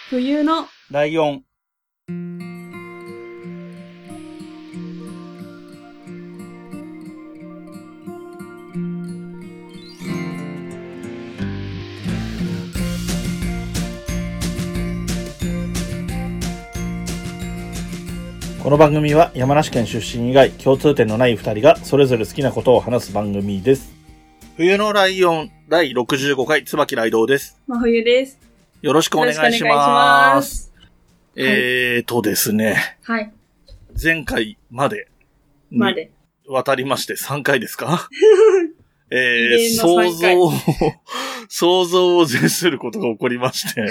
冬のライオン。この番組は山梨県出身以外共通点のない二人がそれぞれ好きなことを話す番組です。冬のライオン第65回椿ライドウです。 真冬です。 よろしくお願いします。ですね。 はい。 前回までに渡りまして3回ですか想像を絶することが起こりまして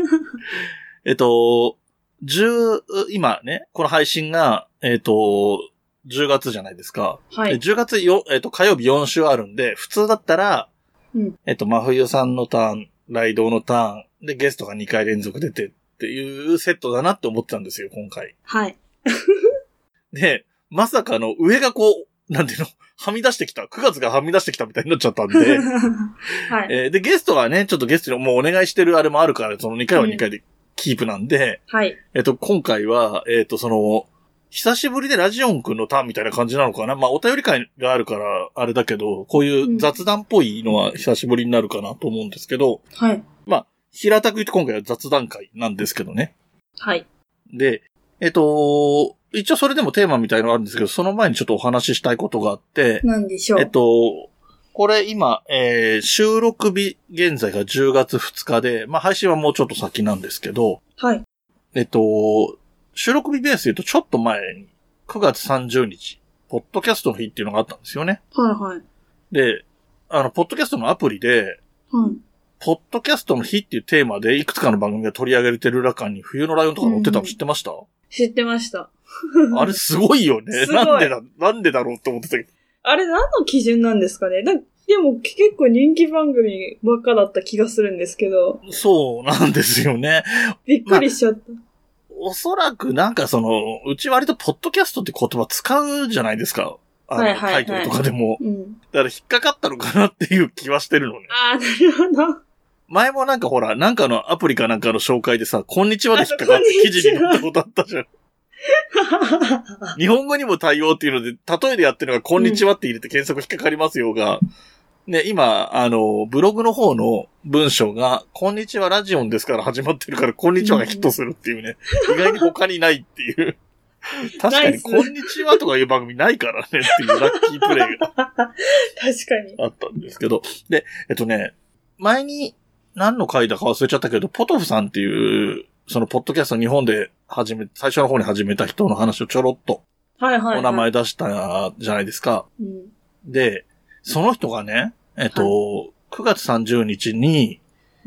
今ね、この配信が、10月じゃないですか。 はい。 10月火曜日4週あるんで、普通だったら、真冬さんのターン、ライドウのターン、で、ゲストが2回連続出てっていうセットだなって思ってたんですよ、今回。 はい。 で、まさかの上がこう、なんていうの、はみ出してきた。9月がはみ出してきたみたいになっちゃったんで。 はい。 で、ゲストはね、ちょっとゲストにもうお願いしてるあれもあるから、その2回は2回でキープなんで、 はい。 今回は、久しぶりでラジオンくんのターンみたいな感じなのかな。まあ、お便り会があるから、あれだけど、こういう雑談っぽいのは久しぶりになるかなと思うんですけど、 はい。 まあ、平たく言って今回は雑談会なんですけどね。 はい。 で、一応それでもテーマみたいのがあるんですけど、その前にちょっとお話ししたいことがあって、 何でしょう。 これ今、収録日現在が10月2日で、まあ配信はもうちょっと先なんですけど、 はい。 収録日ベースで言うとちょっと前に、9月30日、ポッドキャストの日っていうのがあったんですよね。 はいはい。 で、ポッドキャストのアプリで、ポッドキャストの日っていうテーマでいくつかの番組が取り上げてる中に冬のライオンとか載ってたの知ってました？ 知ってました。 あれすごいよね。 すごい。 なんでだろうって思ってたけど。 あれ何の基準なんですかね。でも結構人気番組ばっかだった気がするんですけど。 そうなんですよね。 びっくりしちゃった。 おそらくなんかうち割とポッドキャストって言葉使うじゃないですか。 はいはいはい、 タイトルとかでも。 うん。 だから引っかかったのかなっていう気はしてるのね。 ああ、なるほど。 前もなんかほら、なんかのアプリかなんかの紹介でさ、こんにちはで引っかかって記事に載ったことあったじゃん。日本語にも対応っていうので、例えでやってるのがこんにちはって入れて検索引っかかりますよが、ね、今、ブログの方の文章が、こんにちはラジオンですから始まってるから、こんにちはがヒットするっていうね。意外に他にないっていう。確かに、こんにちはとかいう番組ないからねっていうラッキープレイが。 確かに。 あったんですけど。で、前に何の回だか忘れちゃったけど、ポトフさんっていう、そのポッドキャスト日本で最初の方に始めた人の話をちょろっと、お名前出したじゃないですか。で、その人がね、9月30日に、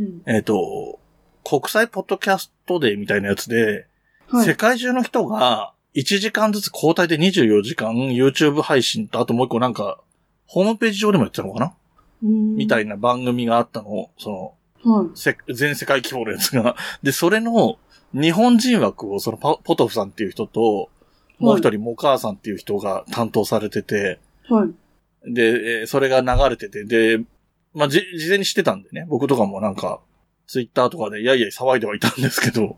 国際ポッドキャストデーみたいなやつで、世界中の人が1時間ずつ交代で24時間 YouTube 配信と、あともう一個なんか、ホームページ上でもやってたのかなみたいな番組があったの。全世界規模のやつが。で、それの日本人枠をポトフさんっていう人と、もう一人モカーさんっていう人が担当されてて、で、それが流れてて、で、まあ、事前に知ってたんでね、僕とかもなんか、ツイッターとかでやいやい騒いではいたんですけど、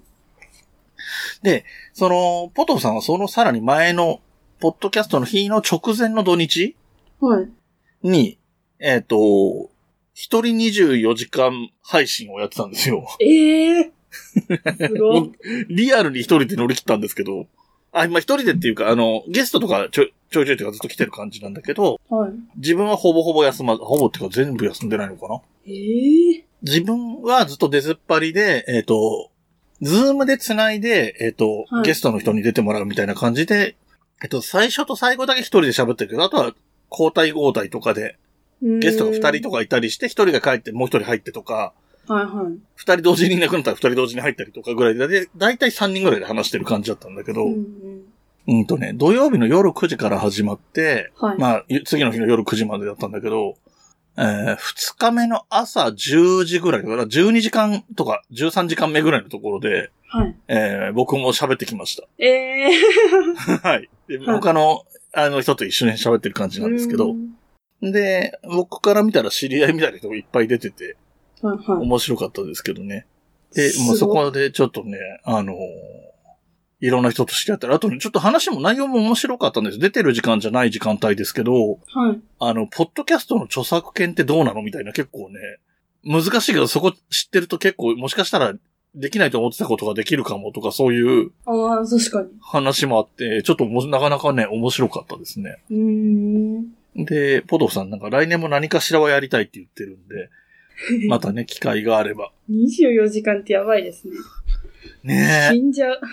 で、ポトフさんはそのさらに前の、ポッドキャストの日の直前の土日に、一人24時間配信をやってたんですよ。すごい。リアルに一人で乗り切ったんですけど、まあ、一人でっていうか、ゲストとかちょいちょいというかずっと来てる感じなんだけど、自分はほぼほぼほぼっていうか全部休んでないのかな。自分はずっと出ずっぱりで、ズームで繋いで、ゲストの人に出てもらうみたいな感じで、最初と最後だけ一人で喋ってるけど、あとは交代交代とかで、ゲストが二人とかいたりして、一人が帰ってもう一人入ってとか、二人同時にいなくなったら二人同時に入ったりとかぐらいで、だいたい3人ぐらいで話してる感じだったんだけど、土曜日の夜9時から始まって、まあ、次の日の夜9時までだったんだけど、2日目の朝10時ぐらいだから、12時間とか13時間目ぐらいのところで、僕も喋ってきました。はい。で、他の、人と一緒に喋ってる感じなんですけど、で、僕から見たら知り合いみたいな人がいっぱい出てて、面白かったですけどね。 で、もうそこでちょっとね、いろんな人と知り合ったら、あとね、ちょっと話も内容も面白かったんです。出てる時間じゃない時間帯ですけど、 はい。 ポッドキャストの著作権ってどうなのみたいな結構ね、難しいけどそこ知ってると結構もしかしたらできないと思ってたことができるかもとかそういう確かに話もあって、ちょっとなかなかね、面白かったですね。で、ポトフさんなんか来年も何かしらはやりたいって言ってるんで、またね、機会があれば。 24時間ってやばいですね。 ねえ。 死んじゃう。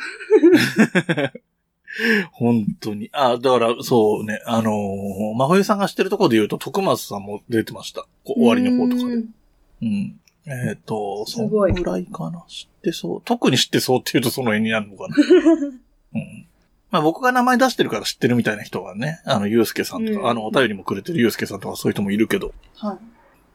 本当に。だからそうね、真冬さんが知ってるところで言うと、徳松さんも出てました。終わりの方とかで。うん。そのぐらいかな。知ってそう。特に知ってそうって言うとその辺になるのかな。うん。まあ僕が名前出してるから知ってるみたいな人はね、ゆうすけさんとか、お便りもくれてるゆうすけさんとかそういう人もいるけど。 はい。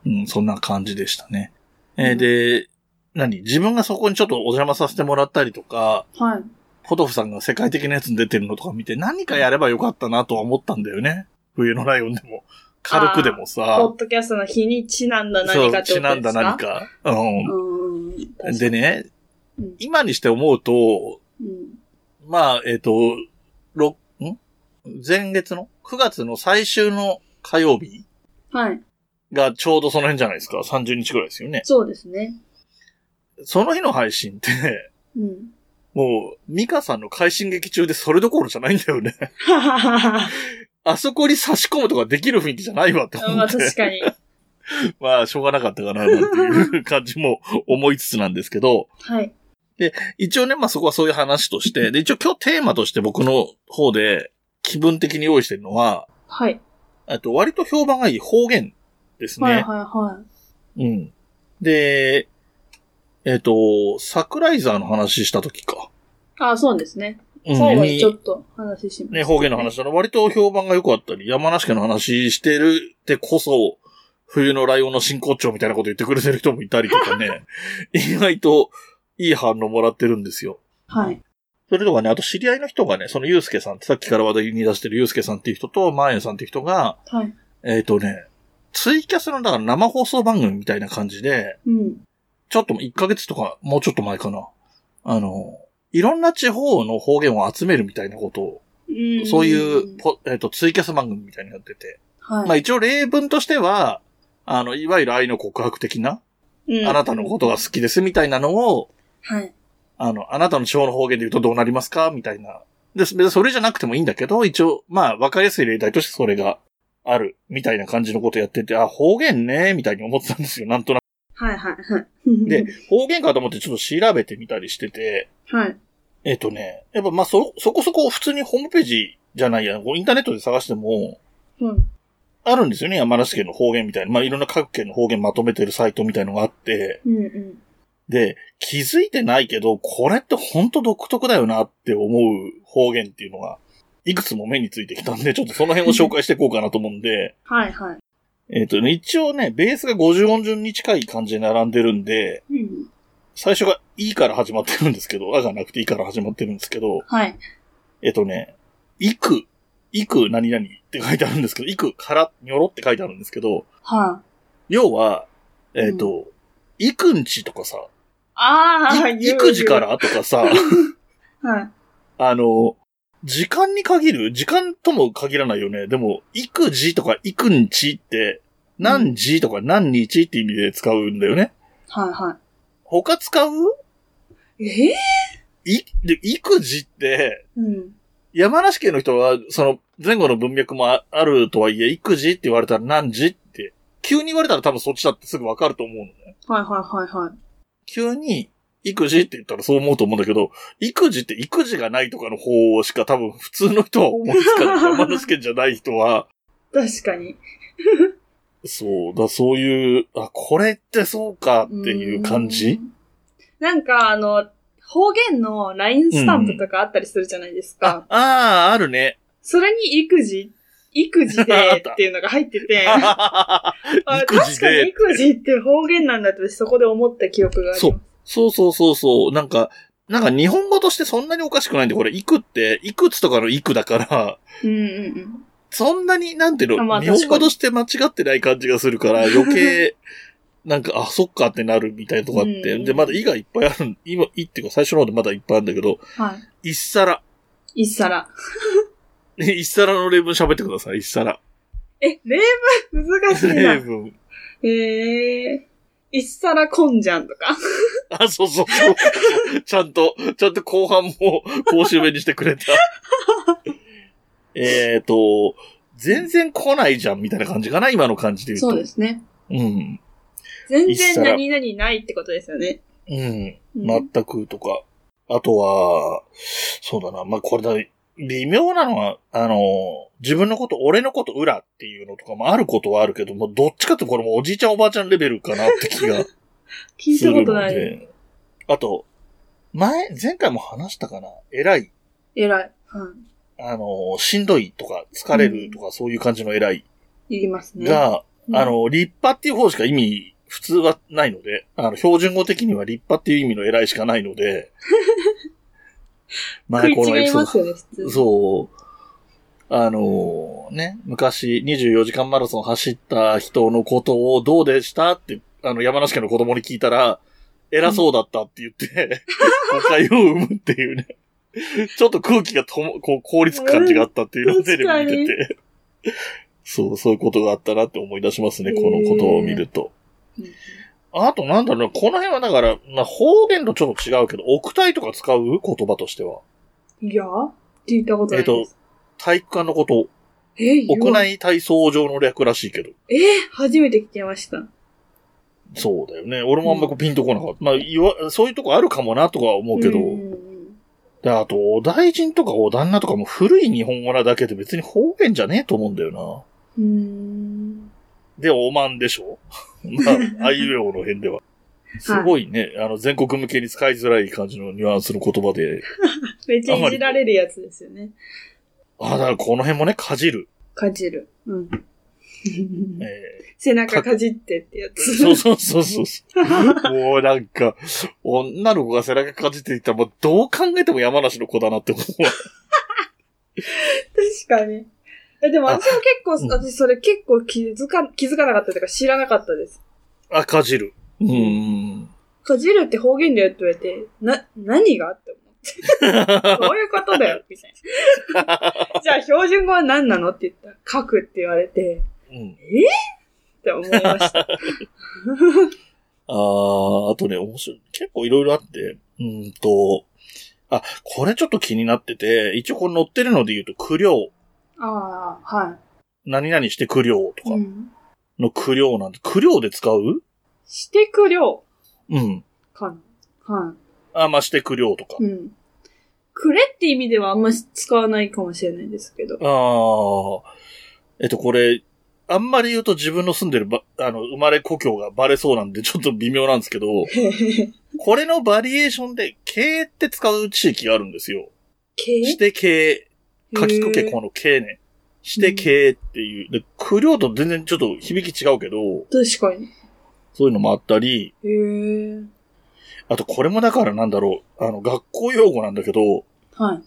うん、そんな感じでしたね。で、自分がそこにちょっとお邪魔させてもらったりとか、 はい。 ポトフさんが世界的なやつに出てるのとか見て何かやればよかったなとは思ったんだよね。冬のライオンでも。軽くでもさ。 ポッドキャストの日にちなんだ何かってことですか？ そう、ちなんだ何か。うん。でね、今にして思うと、まあ、前月の9月の最終の火曜日はいがちょうどその辺じゃないですか。30日ぐらいですよね。 そうですね。 その日の配信って、もう、ミカさんの快進撃中でそれどころじゃないんだよね。あそこに差し込むとかできる雰囲気じゃないわって思って。 まあ確かに。 まあ、しょうがなかったかな、なんていう感じも思いつつなんですけど。 はい。 で、一応ね、まあそこはそういう話として、で、一応今日テーマとして僕の方で気分的に用意してるのは、 はい。 割と評判がいい方言ですね。 はい。 うん。で、サクライザーの話した時か。 そうですね。最後にちょっと話しましたね。 方言の話だな。割と評判が良かったり、山梨県の話してるってこそ、冬のライオンの真骨頂みたいなこと言ってくれてる人もいたりとかね、意外といい反応もらってるんですよ。 はい。 それとかね、あと知り合いの人がね、そのゆうすけさんって、さっきから話題に出してるゆうすけさんっていう人と、まーえんさんっていう人が、 はい。 ツイキャスのだから生放送番組みたいな感じで、ちょっと1ヶ月とか、もうちょっと前かな。いろんな地方の方言を集めるみたいなことを、そういう、ツイキャス番組みたいになってて。 はい。 まあ一応例文としては、いわゆる愛の告白的な、あなたのことが好きですみたいなのを、 はい。 あなたの地方の方言で言うとどうなりますかみたいな。で、別にそれじゃなくてもいいんだけど、一応、まあ、わかりやすい例題としてそれがある、みたいな感じのことやってて、方言ね、みたいに思ってたんですよ、なんとなく。 はいはいはい。 で、方言かと思ってちょっと調べてみたりしてて、 はい。 やっぱまあそこそこ普通にホームページじゃないや、インターネットで探しても、あるんですよね、山梨県の方言みたいな。まあいろんな各県の方言まとめてるサイトみたいのがあって、で、気づいてないけど、これってほんと独特だよなって思う方言っていうのが、いくつも目についてきたんで、ちょっとその辺を紹介していこうかなと思うんで。 はいはい。 一応ね、ベースが50音順に近い感じで並んでるんで、最初がいから始まってるんですけど、じゃなくていから始まってるんですけど、 はい。 いく何々って書いてあるんですけど、いくからにょろって書いてあるんですけど、要は、いくんちとかさ、育児からとかさ、時間に限る？時間とも限らないよね。でも、育児とか育んちって、何時とか何日って意味で使うんだよね。 はいはい。 他使う？育児って、山梨県の人は、その前後の文脈もあるとはいえ、育児って言われたら何時って、急に言われたら多分そっちだってすぐわかると思うのね。 はい。 急に、育児って言ったらそう思うと思うんだけど、育児って育児がないとかの方しか多分普通の人は思いつかない。山梨県じゃない人は。 確かに。 そういう、これってそうかっていう感じ？ なんか方言の LINE スタンプとかあったりするじゃないですか。 あるね。 それに育児でっていうのが入ってて。確かに育児って方言なんだってそこで思った記憶があります。 そう。なんか日本語としてそんなにおかしくないんで、これ、いくって、いくつとかのいくだから、そんなに、なんていうの、日本語として間違ってない感じがするから、余計、 なんか、あ、そっかってなるみたいなとこあって。で、まだ「い」がいっぱいある。今、「い」っていうか最初の方でまだいっぱいあるんだけど。 はい。 一皿。 一皿。 一皿の例文喋ってください、一皿。 例文難しいな。 例文。 一皿こんじゃんとか。 あ、そう。ちゃんと後半も公衆弁にしてくれた。全然来ないじゃんみたいな感じかな、今の感じで言うと。 そうですね。 うん。 全然何々ないってことですよね。 うん。全くとか。あとは、そうだな。まあ、これだ、微妙なのは、自分のこと、俺のこと裏っていうのとかもあることはあるけども、どっちかってこれもおじいちゃんおばあちゃんレベルかなって気が聞いたことない。 あと、前回も話したかな。偉い。 偉い。 しんどいとか、疲れるとか、そういう感じの偉い。 言いますね。 が、立派っていう方しか意味、普通はないので、標準語的には立派っていう意味の偉いしかないので、 食い違いますよね、普通。 そう。ね、昔24時間マラソン走った人のことをどうでしたって、山梨県の子供に聞いたら、偉そうだったって言って、誤解を生むっていうね。ちょっと空気がこう凍りつく感じがあったっていうのをテレビ見てて。そういうことがあったなって思い出しますね、このことを見ると。あとなんだろう、この辺はだから、まあ、方言とちょっと違うけど、億体とか使う言葉としては。 いや、聞いたことないです。 体育館のこと。屋内体操場の略らしいけど。 初めて聞きました。 そうだよね。俺もあんまピンとこなかった。まあ、そういうとこあるかもなとか思うけど。で、あと、お大臣とかお旦那とかも古い日本語なだけで別に方言じゃねえと思うんだよな。で、おまんでしょまあ、あいうえおの辺では。すごいね、全国向けに使いづらい感じのニュアンスの言葉で。 めっちゃいじられるやつですよね。 だからこの辺もね、かじる。 かじる。背中かじってってやつ。 そう。もうなんか、女の子が背中かじっていったらもうどう考えても山梨の子だなって思うわ。 確かに。でも私も結構、私それ結構気づかなかったというか知らなかったです。 かじる。 かじるって方言だよって言われて、何がって思って。どういうことだよみたいな。じゃあ標準語は何なのって言ったら、書くって言われて、って思いました。 あとね、面白い。結構いろいろあって、これちょっと気になってて、一応これ載ってるので言うと、苦慮。 はい。 何々して苦慮とかの苦慮なんて、苦慮で使う？ して苦慮。かな。はい。 まあ、して苦慮とか。 くれって意味ではあんま使わないかもしれないですけど。 これ、あんまり言うと自分の住んでる生まれ故郷がバレそうなんでちょっと微妙なんですけど、これのバリエーションで、経って使う地域があるんですよ。して経、書きくけこの経ね。して経っていう。で、苦慮と全然ちょっと響き違うけど、 確かに。 そういうのもあったり、あとこれもだからなんだろう、学校用語なんだけど、 はい。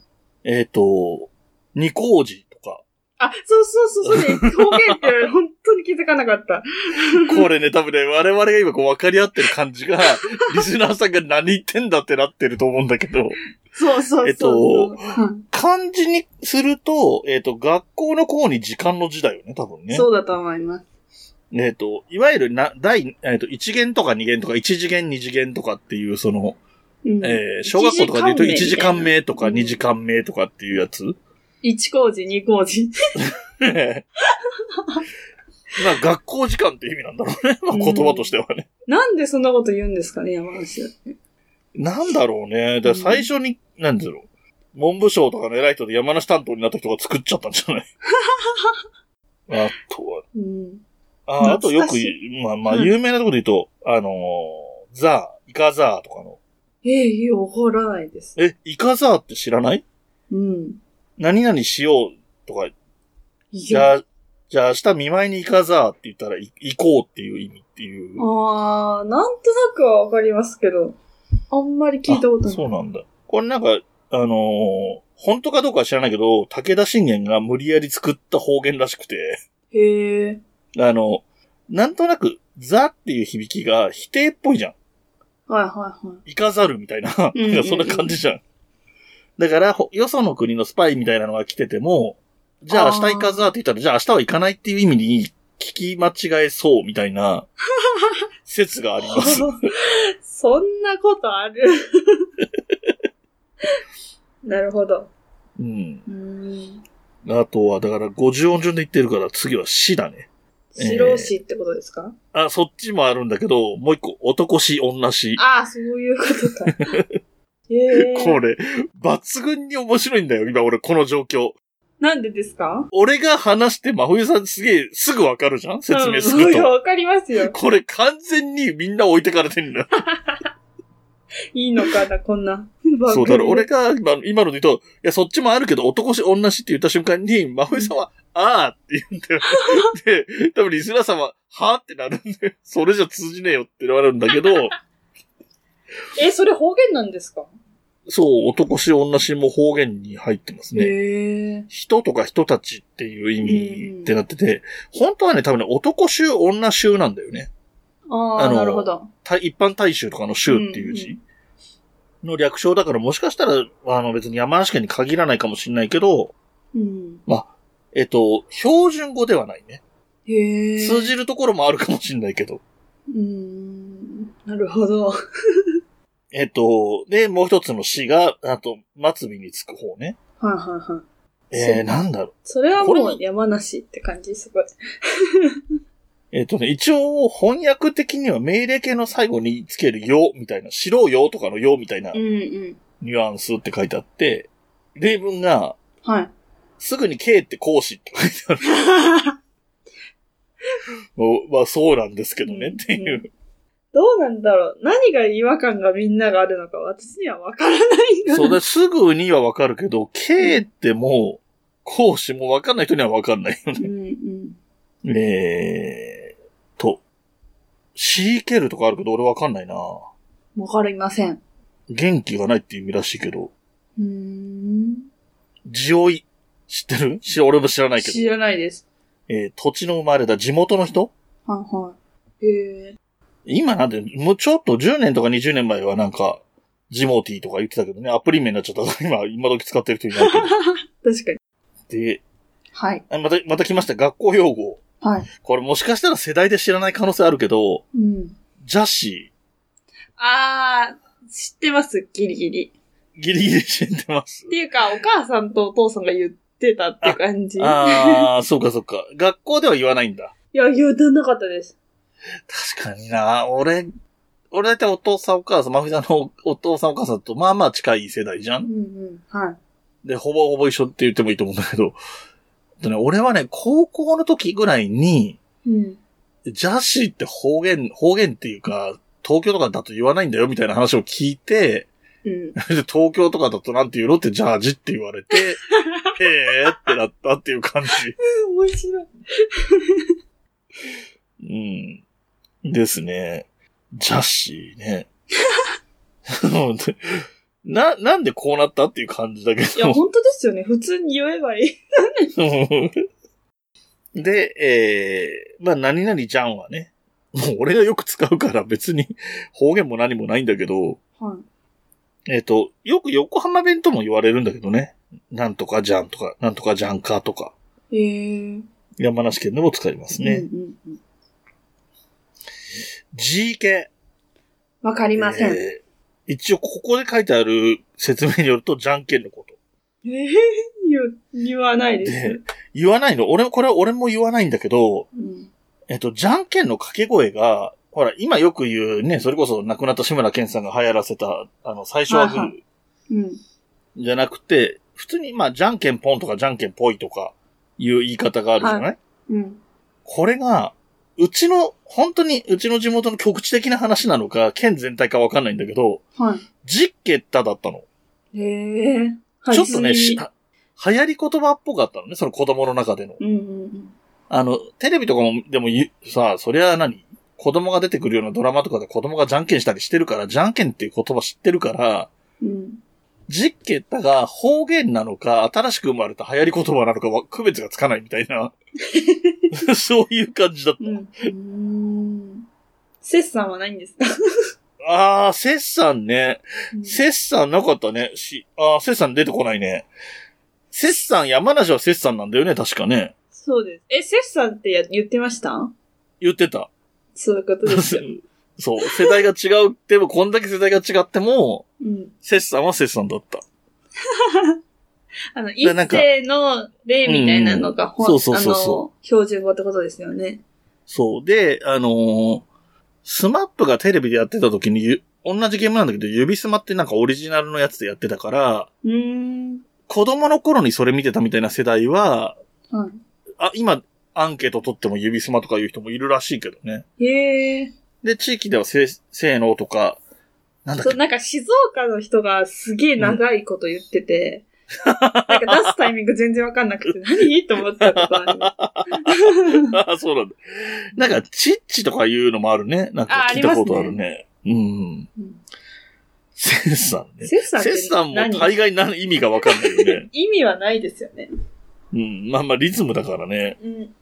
二工事とか。 そうね。表現って本当に気づかなかった。 これね、多分ね、我々が今こう分かり合ってる感じが、リスナーさんが何言ってんだってなってると思うんだけど。 そう。 漢字にすると、学校の校に時間の字だよね、多分ね。 そうだと思います。 いわゆる1限とか2限とか1次元2次元とかっていうその、小学校とかで言うと1時間目とか2時間目とかっていうやつ、 1工事2工事。 まあ学校時間って意味なんだろうね。まあ言葉としてはね。 なんでそんなこと言うんですかね、山梨は。 なんだろうね。だから最初に、なんだろう。文部省とかの偉い人で山梨担当になった人が作っちゃったんじゃない？あとは。あとよく、まあ有名なところで言うと、イカザーとかの。 わからないです。 イカザーって知らない？何々しようとか、じゃあ明日見舞いに行かざーって言ったら行こうっていう意味っていう。なんとなくはわかりますけど、あんまり聞いたことない。 そうなんだ。これなんか、本当かどうかは知らないけど、武田信玄が無理やり作った方言らしくて。 へー。 なんとなく、 ザっていう響きが否定っぽいじゃん。 はいはいはい。 行かざるみたいな。そんな感じじゃん。だから、よその国のスパイみたいなのが来てても、じゃあ明日行かざって言ったら、じゃあ明日は行かないっていう意味に聞き間違えそうみたいな説があります。 そんなことあるなるほど。 うん。あとは、だから50音順で言ってるから次は死だね。 白死ってことですか？ そっちもあるんだけど、もう一個、男死、女死。 ああ、そういうことか。 これ、抜群に面白いんだよ、今俺この状況。 なんでですか？ 俺が話して真冬さんすぐわかるじゃん説明すると。 わかりますよ。 これ完全にみんな置いてかれてんだよ。 いいのかな、こんな。 そうだろ、俺が今ので言うと、いや、そっちもあるけど、男死、女死って言った瞬間に、真冬さんは、あーって言うんだよ。で、多分リスナーさんは、はーってなるんで、それじゃ通じねえよって言われるんだけど。 それ方言なんですか？ そう、男死、女死も方言に入ってますね。人とか人たちっていう意味ってなってて、本当はね、多分ね、男衆、女衆なんだよね。 なるほど。 一般大衆とかの衆っていう字の略称だから、もしかしたら、別に山梨県に限らないかもしれないけど、まあ、標準語ではないね。通じるところもあるかもしれないけど。 なるほど。 で、もう一つの詩が、末尾につく方ね。 はいはいはい。 なんだろう。 それはもう山梨って感じ、すごい。 一応翻訳的には命令形の最後につけるよみたいな、しろよとかのよみたいなニュアンスって書いてあって、例文が、 はい。 すぐに刑って行使って書いてある。まあそうなんですけどねっていう。 どうなんだろう。何が違和感がみんながあるのか私にはわからない。 そうだ、すぐにはわかるけど、刑っても行使もわかんない人にはわかんないよね。シーケルとかあるけど俺わかんないな。わかりません。 元気がないっていう意味らしいけど。地追い。知ってる？俺も知らないけど。 知らないです。 土地の生まれた地元の人？ はいはい。 今なんで、もうちょっと10年とか20年前はなんか、ジモティとか言ってたけどね、アプリ名になっちゃったから今時使ってる人いないけど。 確かに。 で、 はい。 また来ました。学校用語。 はい。 これもしかしたら世代で知らない可能性あるけど、ジャシー。知ってます、ギリギリ。 ギリギリ知ってます。 っていうか、お母さんとお父さんが言ってたって感じ。 そうかそうか。学校では言わないんだ。 いや、言わなかったです。 確かにな。俺だいたいお父さんお母さん、マフィさんのお父さんお母さんとまあまあ近い世代じゃん。 はい。 で、ほぼほぼ一緒って言ってもいいと思うんだけど、俺はね、高校の時ぐらいに、ジャシーって方言っていうか、東京とかだと言わないんだよみたいな話を聞いて、東京とかだとなんて言うのってジャージって言われて、へーってなったっていう感じ。 面白い。ですね。ジャシーね。なんでこうなったっていう感じだけど。 いや、本当ですよね。普通に言えばいい。 で、まあ、何々じゃんはね。もう俺がよく使うから別に方言も何もないんだけど。 はい。 よく横浜弁とも言われるんだけどね。なんとかじゃんとか、なんとかじゃんかとか。山梨県でも使いますね。G 系。 わかりません。 一応ここで書いてある説明によると、じゃんけんのこと。 言わないです。 で、言わないの？俺も言わないんだけど、じゃんけんの掛け声が、ほら、今よく言うね、それこそ亡くなった志村けんさんが流行らせた、最初はグー。じゃなくて、普通に、まあ、じゃんけんポンとかじゃんけんぽいとかいう言い方があるじゃない？これが、本当にうちの地元の局地的な話なのか、県全体かわかんないんだけど、ジッケッタだったの。ちょっとね、流行り言葉っぽかったのね、その子供の中での。テレビとかも、でもさ、そりゃ子供が出てくるようなドラマとかで子供がじゃんけんしたりしてるから、じゃんけんっていう言葉知ってるから、ジッケッタが方言なのか、新しく生まれた流行り言葉なのか区別がつかないみたいな。そういう感じだった。 折算はないんですか？ 折算ね。折算なかったね。折算出てこないね。折算、山梨は折算なんだよね、確かね。 そうです。折算って言ってました？ 言ってた。 そういうことですよ。 そう、世代が違うっても、こんだけ世代が違っても、折算は折算だった。一世の例みたいなのが、標準語ってことですよね。そう。で、スマップがテレビでやってた時に、同じゲームなんだけど、指スマってなんかオリジナルのやつでやってたから、子供の頃にそれ見てたみたいな世代は、今、アンケート取っても指スマとかいう人もいるらしいけどね。 へー。 で、地域ではせーのとか、 なんだっけ。そう、なんか静岡の人がすげえ長いこと言ってて、なんか出すタイミング全然わかんなくて、何と思ったことある。そうなんだ。なんか、チッチとかいうのもあるね。なんか聞いたことあるね。セッサンね。セッサンも大概意味がわかんないよね。 意味はないですよね。 まあリズムだからね。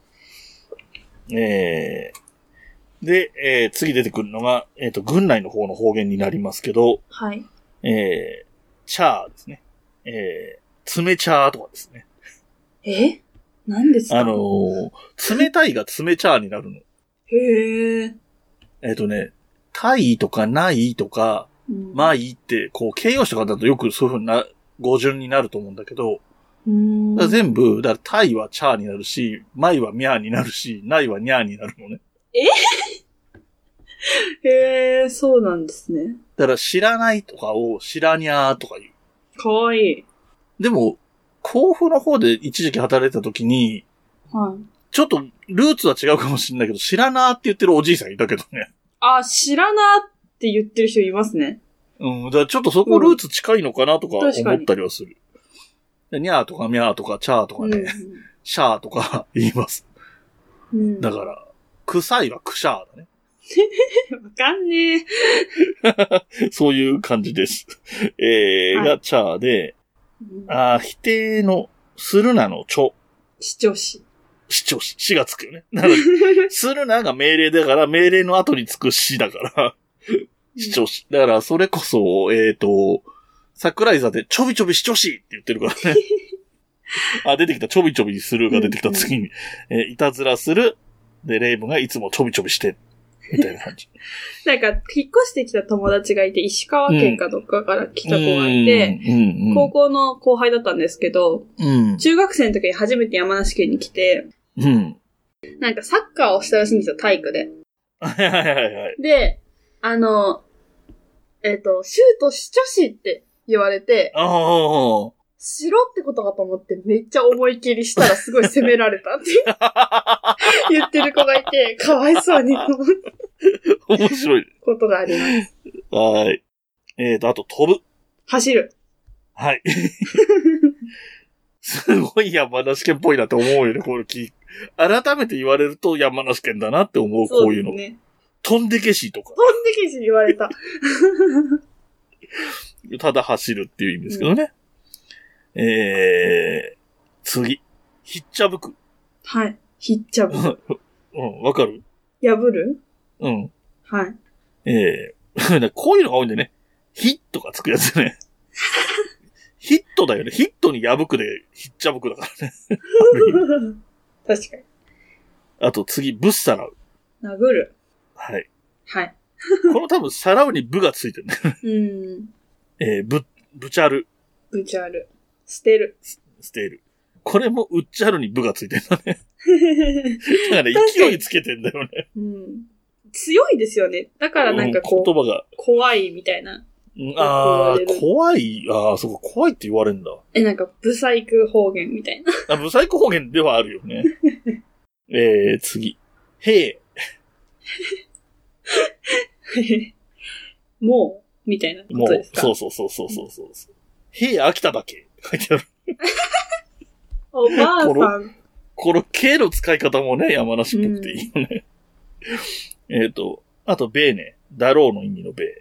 で、次出てくるのが、軍内の方の方言になりますけど、 はい。 チャーですね。冷チャーとかですね。 何ですか？ 冷たいが冷チャーになるの。 へー。たいとかないとか、まあいいって、こう、形容詞とかだとよくそういう風な語順になると思うんだけど、だから全部、だからたいはチャーになるし、まいはミャーになるし、ないはニャーになるのね。 へー、そうなんですね。 だから知らないとかを知らにゃーとか言う。 かわいい。 でも、甲府の方で一時期働いてた時に、ちょっとルーツは違うかもしれないけど、知らなーって言ってるおじいさんいたけどね。 知らなーって言ってる人いますね。 だからちょっとそこルーツ近いのかなとか思ったりはする。にゃーとかみゃーとかチャーとかね、シャーとか言います。だから、臭いはクシャーだね。 わかんねえ。そういう感じです。がチャーで、否定のするなのちょ。 主張詞。 主張詞。詞がつくよね。なので、するなが命令だから、命令の後につく詞だから、主張詞。だから、それこそ、桜井座でちょびちょび主張詞って言ってるからね。出てきたちょびちょびするが出てきた次に、いたずらする。で、レイブがいつもちょびちょびしてみたいな感じ。 なんか、引っ越してきた友達がいて、石川県かどっかから来た子がいて、高校の後輩だったんですけど、中学生の時に初めて山梨県に来て、なんかサッカーをしたらしいんですよ、体育で。で、シュートしちょしって言われて、しろってことかと思ってめっちゃ思い切りしたらすごい責められたって言ってる子がいて、かわいそうに思って面白いことがあります。 はい。あと飛ぶ。 走る。 はい。すごい山梨県っぽいなって思うよね、これ改めて言われると山梨県だなって思う、こういうの。ね、飛んでけしとか。 飛んでけし言われた。 ただ走るっていう意味ですけどね。次。ひっちゃぶく。 はい。ひっちゃぶく。 わかる？ 破る？はい。 こういうのが多いんでね。ヒットがつくやつね。ヒットだよね。ヒットに破くでひっちゃぶくだからね。 確かに。 あと次、ぶっさらう。 殴る。 はい。 はい。 この多分、さらうにぶがついてるね。ぶちゃる。 ぶちゃる。捨てる。 捨てる。これもうっちゃるにぶがついてるんだね。だから勢いつけてんだよね。 強いですよね。だからなんかこう、 言葉が怖いみたいな。 怖い。そうか、怖いって言われるんだ。 なんか、ブサイク方言みたいな。 ブサイク方言ではあるよね。次。へえ。もう、みたいなことですか？ そう。へえ、飽きただけ。書いてある。 おばあさん。 このKの使い方もね、山梨っぽくていいよね。あと、べね。だろうの意味のべ。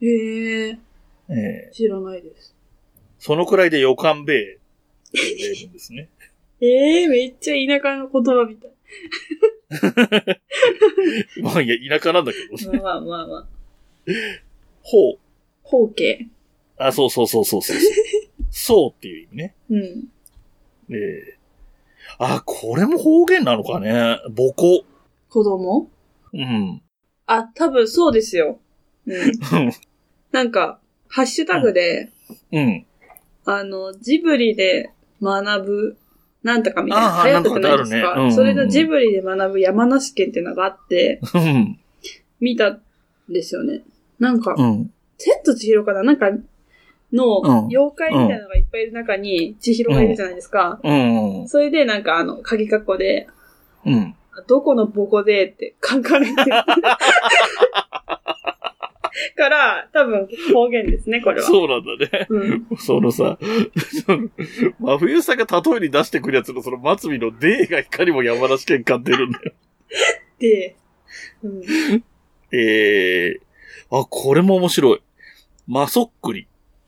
知らないです。 そのくらいで予感べっていう例文ですね。 めっちゃ田舎の言葉みたい。 まあいや、田舎なんだけどね。 まあまあまあ。 ほう。 方形。 あ、そう。そうっていう意味ね。 うん。 これも方言なのかね。母子。 子供？ うん。 あ、多分そうですよ。うん。なんか、ハッシュタグで、 うん。 ジブリで学ぶ、なんとかみたいな流行ったじゃないですか。 ね、 それでジブリで学ぶ山梨県っていうのがあって、見たんですよね。なんか、千と千尋かななんか、の、妖怪みたいなのがいっぱいいる中に、千尋がいるじゃないですか。それでなんか鍵括弧で、どこの母語でって書かれてる。から、多分方言ですね、これは。 そうなんだね。そのさ、真冬さんが例えに出してくるやつのその末尾のでがいかにも山梨県感出るんだよ。 で、 これも面白い。まそっくり。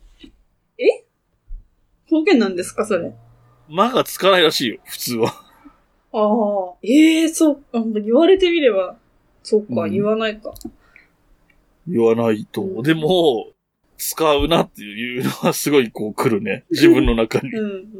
方言なんですか、それ。 まがつかないらしいよ、普通は。 ああ、そう、言われてみれば、そっか、言わないか。 言わないと。でも、使うなっていうのはすごいこう来るね。自分の中に。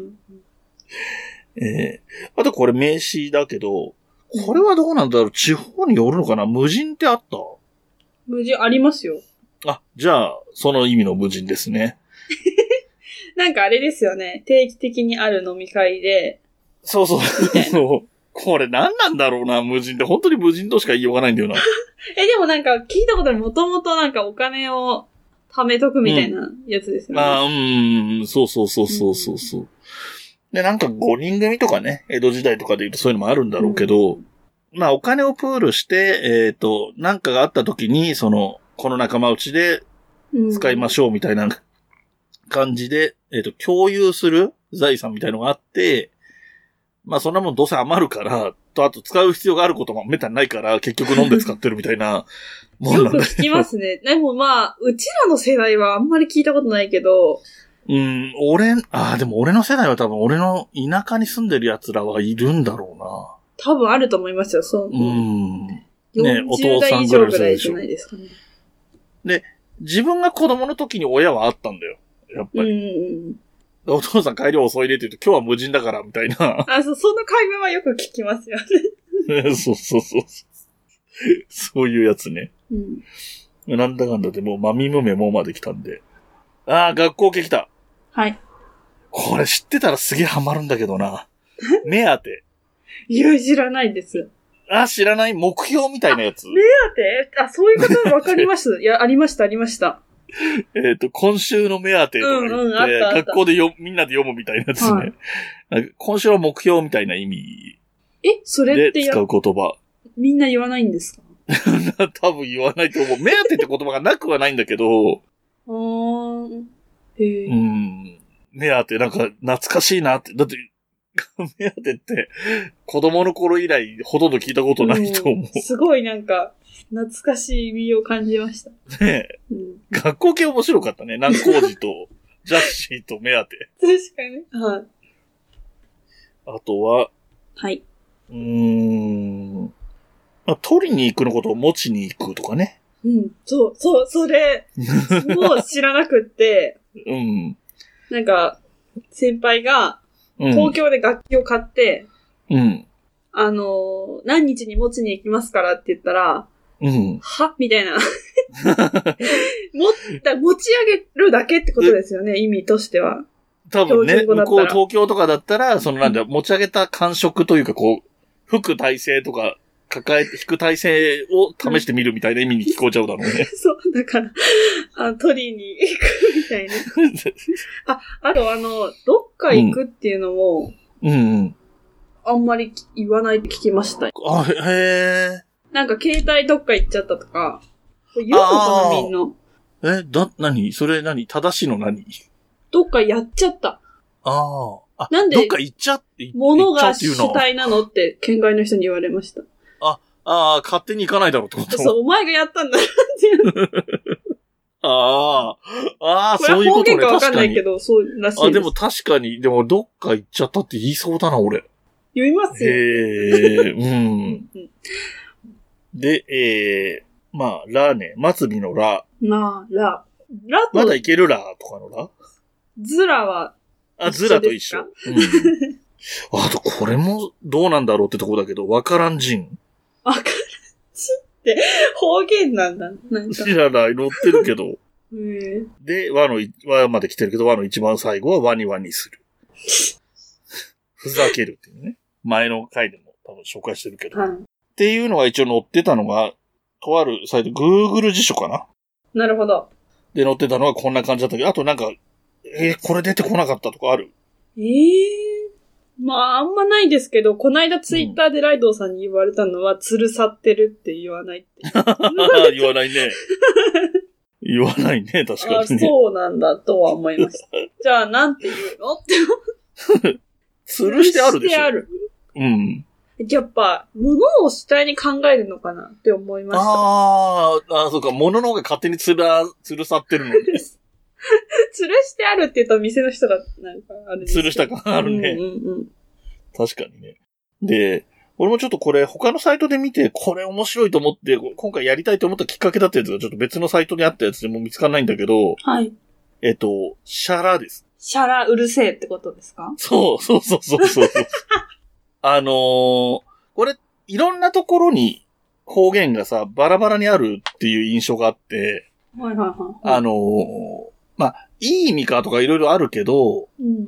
あとこれ名詞だけど、これはどうなんだろう、地方によるのかな。無人ってあった？ 無人ありますよ。 あ、じゃあ、その意味の無人ですね。 なんかあれですよね。定期的にある飲み会で。 そう。これ何なんだろうな、無人って。本当に無人としか言いようがないんだよな。 でもなんか聞いたこともともとなんかお金を貯めとくみたいなやつですよね。 そう。で、なんか5人組とかね、江戸時代とかで言うとそういうのもあるんだろうけど、お金をプールして、なんかがあった時に、この仲間内で使いましょうみたいな感じで、共有する財産みたいのがあって、そんなもんどうせ余るから、あと使う必要があることもめったにないから、結局飲んで使ってるみたいなもんなんだよ。 よく聞きますね。でもうちらの世代はあんまり聞いたことないけど。 でも俺の世代は多分俺の田舎に住んでる奴らはいるんだろうな。 多分あると思いますよ、そう。 ね、 お父さんぐらいじゃないですかね。 で、自分が子供の時に親はあったんだよ。やっぱり。お父さん帰り遅いねって言うと今日は無人だからみたいな。 その会話はよく聞きますよね。 そう。そういうやつね。なんだかんだでもうマミムメモまで来たんで。学校系来た。 はい。これ知ってたらすげえハマるんだけどな。目当て。 いや、知らないです。 知らない？目標みたいなやつ。 目当て？そういうことわかります。いや、ありました。 今週の目当てとか言って、学校でみんなで読むみたいなやつね。今週の目標みたいな意味。 それって使う言葉。 みんな言わないんですか？ 多分言わないと思う。目当てって言葉がなくはないんだけど。目当てなんか懐かしいなって。だって、目当てって子供の頃以来ほとんど聞いたことないと思う。 すごいなんか、懐かしい意味を感じました。 ねえ。学校系面白かったね。南光寺と、ジャッシーと目当て。 確かに。はい。 あとは、 はい。 取りに行くのことを持ちに行くとかね。 それ、もう知らなくって、なんか、先輩が、東京で楽器を買って、何日に持ちに行きますからって言ったら、はみたいな。持ち上げるだけってことですよね、意味としては。 多分ね、向こう東京とかだったら、持ち上げた感触というか、吹く体勢とか、弾く体勢を試してみるみたいな意味に聞こえちゃうだろうね。 そう、だから、取りに行くみたいな。あとどっか行くっていうのも、あんまり言わないって聞きました。 へー。 なんか携帯どっか行っちゃったとか、言うのかなみんな。 何それ正しいの何？ どっかやっちゃった。 なんで、どっか行っちゃって、 物が主体なのって県外の人に言われました。 勝手に行かないだろうってこと？ そう、お前がやったんだっていう。 そういうことね。 これ方言かわかんないけど、そうらしいです。 でも確かに、どっか行っちゃったって言いそうだな、俺。 読みますよ。 うん。で、まあ、ラね。末尾のラ。 ラと。 まだいけるラとかのラ？ ズラは。 ズラと一緒。あと、これもどうなんだろうってとこだけど、わからん人。 わからん人って方言なんだ。なんか。 知らない、載ってるけど。で、和まで来てるけど、和の一番最後は和に和にする。ふざけるっていうね。前の回でも多分紹介してるけど。っていうのが一応載ってたのが、とあるサイト、Google 辞書かな。 なるほど。 で載ってたのはこんな感じだったけど、あとなんか、これ出てこなかったとかある？ まあ、あんまないですけど、こないだツイッターでライドウさんに言われたのは、つるさってるって言わないって。 言わないね。言わないね、確かにね。 そうなんだとは思いました。じゃあ、なんて言うのって。 つるしてあるでしょ。 つるしてある。やっぱ、物を主体に考えるのかなって思いました。 そうか、物の方が勝手につるさってるのね。 吊るしてあるって言うと店の人がなんかあるんです吊るした感あるね。確かにね。で、俺もちょっとこれ他のサイトで見て、これ面白いと思って、今回やりたいと思ったきっかけだったやつがちょっと別のサイトにあったやつでも見つかんないんだけど、 はい。 シャラです。 シャラうるせえってことですか？ そう。これ、いろんなところに方言がさ、バラバラにあるっていう印象があって、まあ、いい意味かとかいろいろあるけど、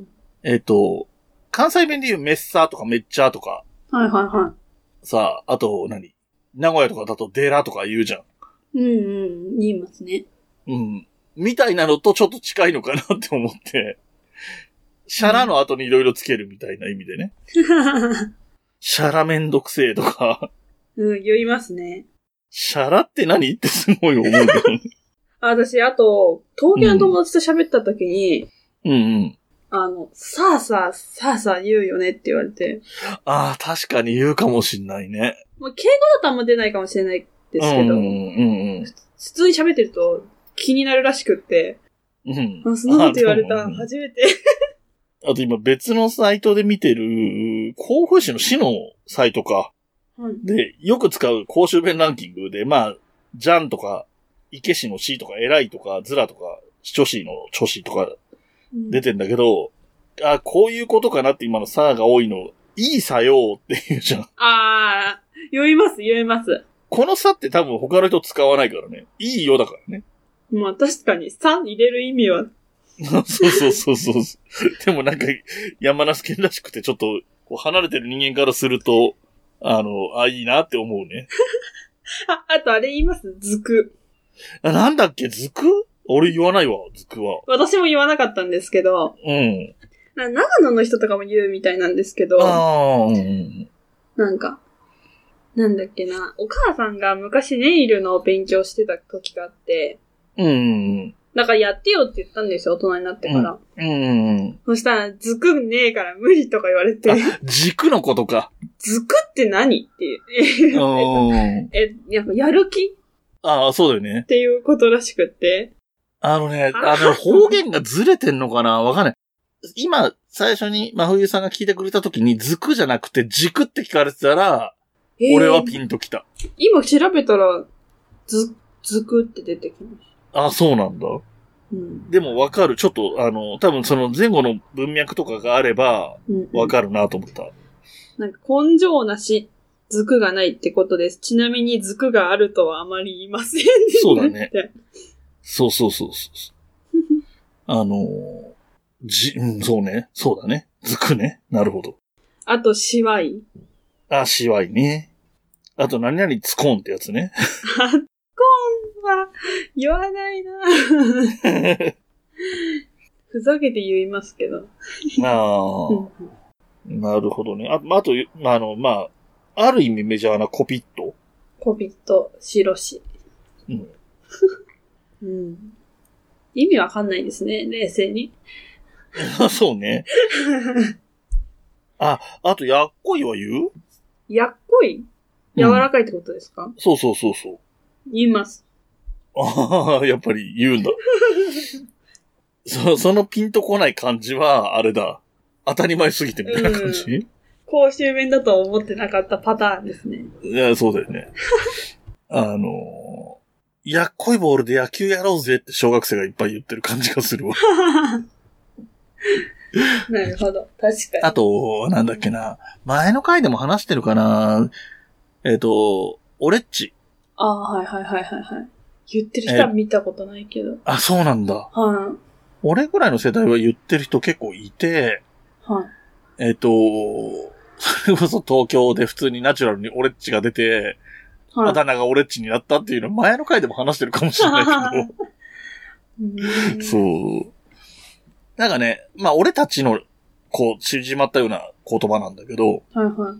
関西弁で言うメッサーとかメッチャーとか、さあ、あと名古屋とかだとデラとか言うじゃん。 言いますね。 みたいなのとちょっと近いのかなって思って、シャラの後にいろいろつけるみたいな意味でね。シャラめんどくせえとか。 言いますね。 シャラって何ってすごい思うけどね。 私、あと、東京の友達と喋った時に、さあ言うよねって言われて。 確かに言うかもしんないね。 まあ、敬語だとあんま出ないかもしれないですけど、普通に喋ってると気になるらしくって、そんなこと言われた初めて。 あと今別のサイトで見てる、甲府市の市のサイトか。で、よく使う公衆弁ランキングで、まあ、ジャンとか、池市の市とか、偉いとか、ズラとか、市長市の町市とか出てんだけど、こういうことかなって今のさが多いの、いいさよって言うじゃん。 言います。 このさって多分他の人使わないからね。いいよだからね。 まあ確かに、さ入れる意味は。 そう。でもなんか、山梨県らしくてちょっと、離れてる人間からすると、いいなって思うね。 あとあれ言いますずく。 なんだっけずく？俺言わないわ、ずくは。 私も言わなかったんですけど。長野の人とかも言うみたいなんですけど。なんか、なんだっけな。お母さんが昔ネイルの勉強してた時があって。だからやってよって言ったんですよ、大人になってから。そしたら、ずくねえから無理とか言われて。 軸のことか。 ずくって何っていう。やっぱやる気？ そうだよね。 っていうことらしくって。 方言がずれてんのかなわかんない。今、最初に真冬さんが聞いてくれた時に、ずくじゃなくて軸って聞かれてたら、俺はピンときた。 今調べたら、ずくって出てきました。 そうなんだ。でもわかる。ちょっと、多分その前後の文脈とかがあれば、わかるなと思った。 なんか根性なし、ずくがないってことです。ちなみにずくがあるとはあまり言いませんね。 そうだね。そう。そうね。そうだね。ずくね。なるほど。 あと、しわい。 しわいね。あと、何々つこんってやつね。 つこんは、言わないなふざけて言いますけど。 なるほどね。あと、ある意味メジャーなコピット。 白し。意味わかんないですね、冷静に。 そうね。あと、やっこいは言う？ やっこい？柔らかいってことですか？ そう。 言います。 やっぱり言うんだ。そのピンとこない感じは、あれだ。当たり前すぎてみたいな感じ？ 根公衆弁だと思ってなかったパターンですね。 いや、そうだよね。やっこいボールで野球やろうぜって小学生がいっぱい言ってる感じがするわ。 なるほど。確かに。 あと、なんだっけな。前の回でも話してるかな。オレッチ。 ああ、はいはいはいはいはい。言ってる人は見たことないけど。 あ、そうなんだ。 はい。 俺ぐらいの世代は言ってる人結構いて、 はい。 それこそ東京で普通にナチュラルにオレッチが出て、はい、あだ名がオレッチになったっていうの前の回でも話してるかもしれないけど。そう。なんかね、まあ俺たちの、こう、縮まったような言葉なんだけど、 はいはい。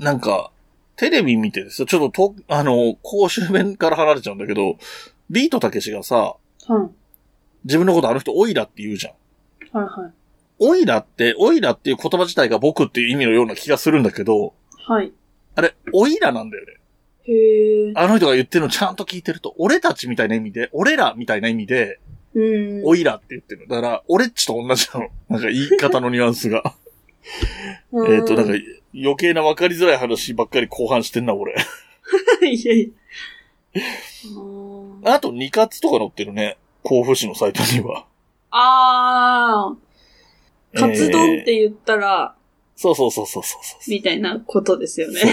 なんか、テレビ見てですよ、ちょっと公衆弁から離れちゃうんだけど、ビートたけしがさ、 はい。 自分のことあの人オイラって言うじゃん。 はいはい。 オイラっていう言葉自体が僕っていう意味のような気がするんだけど、 はい。 あれ、オイラなんだよね。 へー。 あの人が言ってるのちゃんと聞いてると、俺たちみたいな意味で、俺らみたいな意味で、オイラって言ってる。だから、オレッチと同じなの。なんか言い方のニュアンスが。なんか余計な分かりづらい話ばっかり後半してんな、俺。 いやいや。 あと、二活とか載ってるね。甲府市のサイトには。 カツ丼って言ったら、 そう。 みたいなことですよね。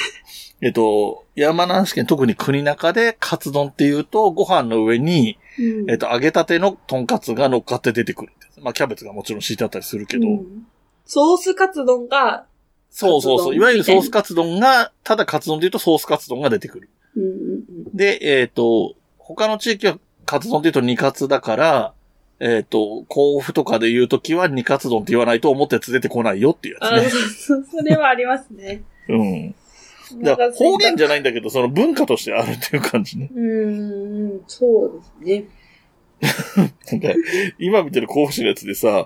山梨県特に国中でカツ丼って言うと、ご飯の上に、揚げたてのトンカツが乗っかって出てくる。まあ、キャベツがもちろん敷いてあったりするけど。 ソースカツ丼が、 そう。いわゆるソースカツ丼が、ただカツ丼で言うとソースカツ丼が出てくる。で、他の地域はカツ丼って言うと二カツだから、甲府とかで言うときは二カツ丼って言わないと思ったやつ出てこないよっていうやつね。 それはありますね。 うん。だから方言じゃないんだけど、その文化としてあるっていう感じね。 そうですね。 なんか、今見てる甲府市のやつでさ、 はい。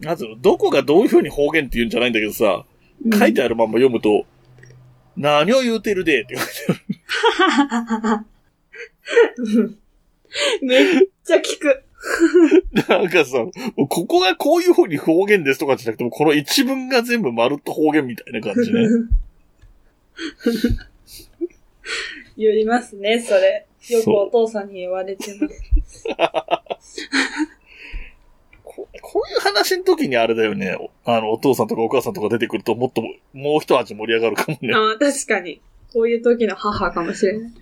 まず、どこがどういう風に方言って言うんじゃないんだけどさ、書いてあるまんま読むと、何を言うてるでって書いてある。めっちゃ聞く。 なんかさ、ここがこういう風に方言ですとかじゃなくても、この一文が全部まるっと方言みたいな感じね。 言いますね、それ。よくお父さんに言われてます。 こういう話の時にあれだよね。お父さんとかお母さんとか出てくるともっと、もう一味盛り上がるかもね。 ああ、確かに。こういう時の母かもしれない。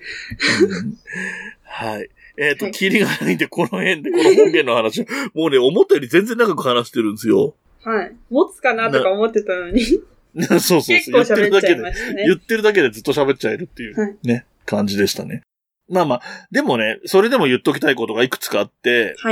はい。キリがないんで、この辺で、この方言の話、もうね、思ったより全然長く話してるんですよ。 はい。持つかなとか思ってたのに。 そう。 結構喋っちゃいましたね。 言ってるだけでずっと喋っちゃえるっていう、ね、感じでしたね。まあ、でもね、それでも言っときたいことがいくつかあって、 はい。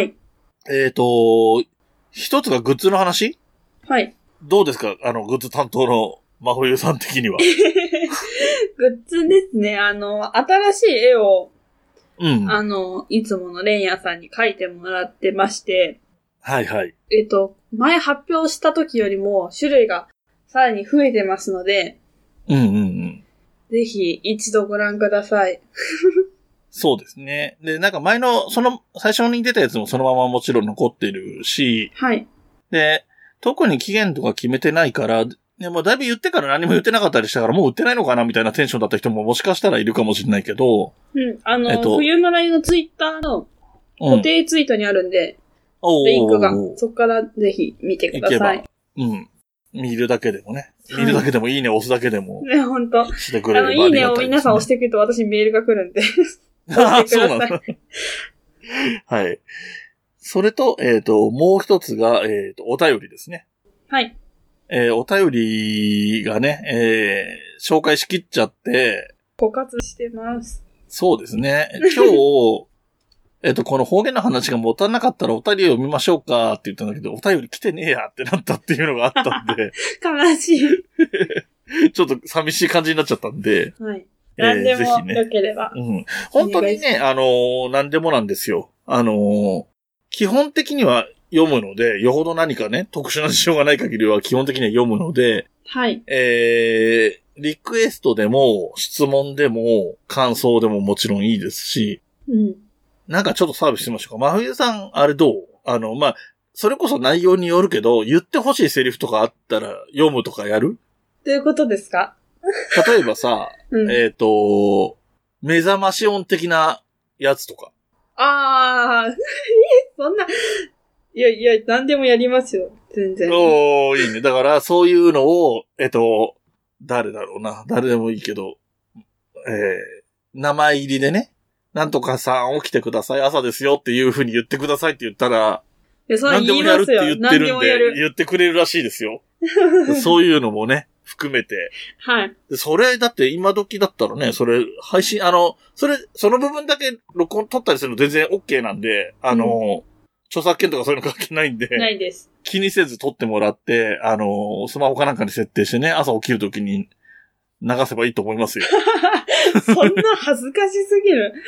一つがグッズの話？ はい。 どうですか？グッズ担当の真冬さん的には。 グッズですね。新しい絵を、いつものレンヤさんに描いてもらってまして。 はいはい。 前発表した時よりも種類がさらに増えてますので。ぜひ一度ご覧ください。 そうですね。で、なんか前の、最初に出たやつもそのままもちろん残ってるし。 はい。 で、特に期限とか決めてないから、でもだいぶ言ってから何も言ってなかったりしたからもう売ってないのかなみたいなテンションだった人ももしかしたらいるかもしれないけど。 冬のラインのツイッターの固定ツイートにあるんで、リンクが、そこからぜひ見てください。 見るだけでもね。見るだけでもいいね押すだけでも。 ね、ほんと。 してくれればいいねを皆さん押してくると私メールが来るんで。押してください。そうなんだ。 はい。それと、もう一つが、お便りですね。 はい。 お便りがね、紹介しきっちゃって。 枯渇してます。 そうですね。今日、この方言の話が持たなかったらお便りを読みましょうかって言ったんだけど、お便り来てねえやってなったっていうのがあったんで。 悲しい。 ちょっと寂しい感じになっちゃったんで。 はい。何でも良ければ。 本当にね、何でもなんですよ。基本的には読むので、よほど何かね、特殊な事情がない限りは基本的には読むので、 はい。 リクエストでも、質問でも、感想でももちろんいいですし、なんかちょっとサービスしましょうか。真冬さん、あれどう？それこそ内容によるけど、言ってほしいセリフとかあったら読むとかやる？ どういうことですか？ 例えばさ、目覚まし音的なやつとか。 そんな、いや、何でもやりますよ。全然。 いいね。だから、そういうのを、誰だろうな。誰でもいいけど、名前入りでね、なんとかさん起きてください、朝ですよっていう風に言ってくださいって言ったら、何でもやるって言ってるんで、言ってくれるらしいですよ。そういうのもね、含めて。 はい。 それ、だって今時だったらね、それ、配信、その部分だけ録音撮ったりするの全然 OK なんで、著作権とかそういうの関係ないんで。 ないです。 気にせず撮ってもらって、スマホかなんかに設定してね、朝起きるときに流せばいいと思いますよ。 そんな恥ずかしすぎる。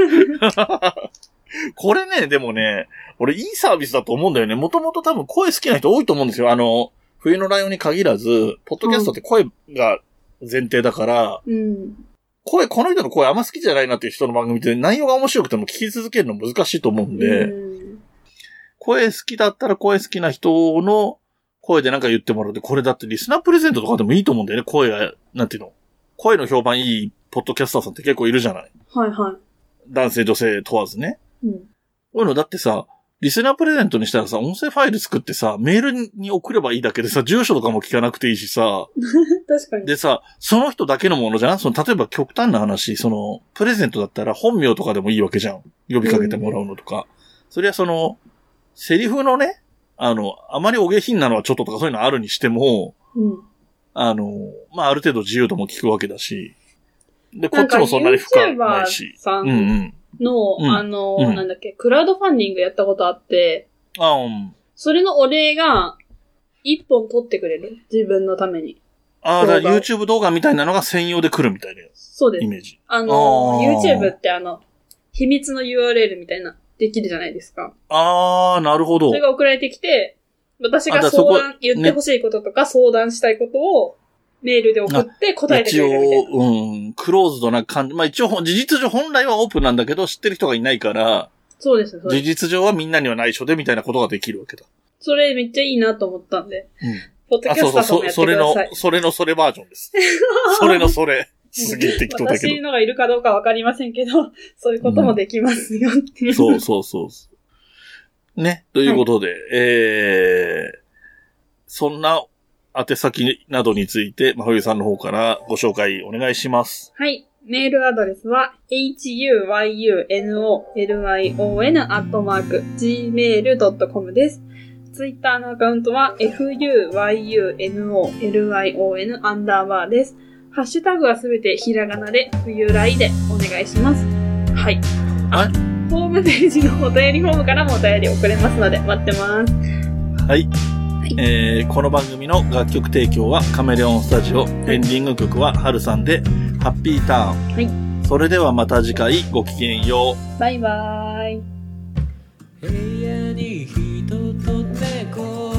これね、でもね、俺いいサービスだと思うんだよね。もともと多分声好きな人多いと思うんですよ。冬のライオンに限らず、ポッドキャストって声が前提だから、この人の声あんま好きじゃないなっていう人の番組って内容が面白くても聞き続けるの難しいと思うんで、声好きだったら声好きな人の声でなんか言ってもらうで、これだってリスナープレゼントとかでもいいと思うんだよね。声が、なんていうの？声の評判いいポッドキャスターさんって結構いるじゃない？ はいはい。 男性女性問わずね。こういうのだってさ、リスナープレゼントにしたらさ、音声ファイル作ってさ、メールに送ればいいだけでさ、住所とかも聞かなくていいしさ。 確かに。 でさ、その人だけのものじゃん？例えば極端な話、プレゼントだったら本名とかでもいいわけじゃん。呼びかけてもらうのとか。そりゃセリフのね、あまりお下品なのはちょっととかそういうのあるにしても、ある程度自由度も聞くわけだし。で、こっちもそんなに深ないし。 さんの、なんだっけ、クラウドファンディングやったことあって、それのお礼が、一本取ってくれる。自分のために。 だから YouTube 動画みたいなのが専用で来るみたいな。 そうです。 イメージ。 YouTube って秘密の URL みたいな、できるじゃないですか。 なるほど。 それが送られてきて、私が言ってほしいこととか、相談したいことを、メールで送って答えてくれるみたいな。 一応、クローズドな感じ。一応、事実上本来はオープンなんだけど、知ってる人がいないから、 そうです。 事実上はみんなには内緒でみたいなことができるわけだ。 それめっちゃいいなと思ったんで。ポッドキャスターさんもやってください。 それのそれバージョンです。それのそれ。すげえ適当だけど。 私のがいるかどうかわかりませんけど、そういうこともできますよっていう。 そう。ね。ということで、そんな宛先などについて、冬さんの方からご紹介お願いします。 はい。メールアドレスは、huyunolion@gmail.com です。ツイッターのアカウントは、fuyunolion_ です。ハッシュタグはすべてひらがなで、冬来でお願いします。はい。ホームページのお便りフォームからもお便り送れますので、待ってます。 はい。この番組の楽曲提供はカメレオンスタジオ、エンディング曲はハルさんでハッピーターン。はい。それではまた次回ごきげんよう。 バイバーイ。部屋に人と猫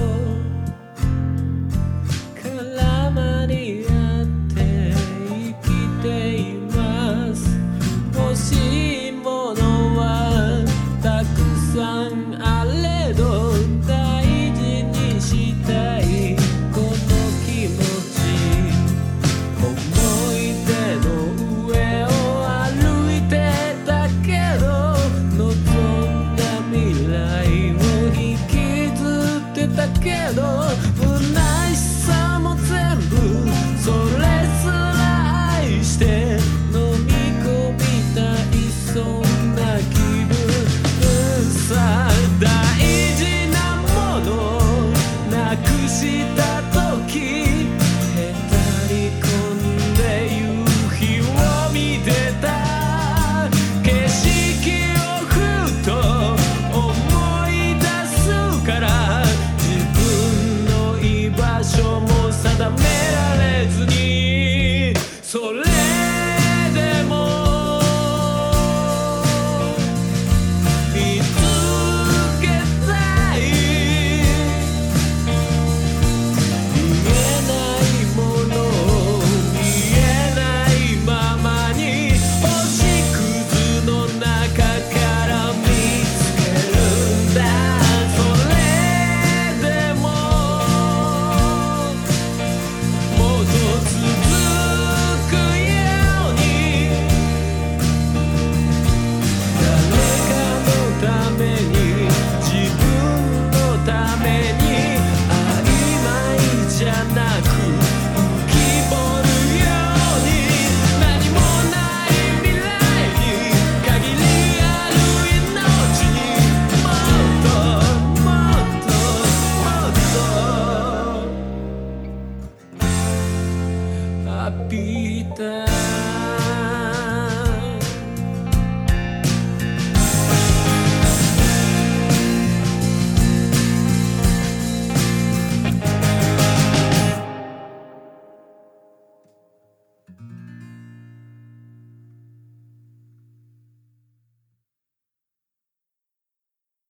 絡まり合って生きています。欲しいものはたくさんあれど大事にしたいこの気持ち、思い出の上を歩いてたけどした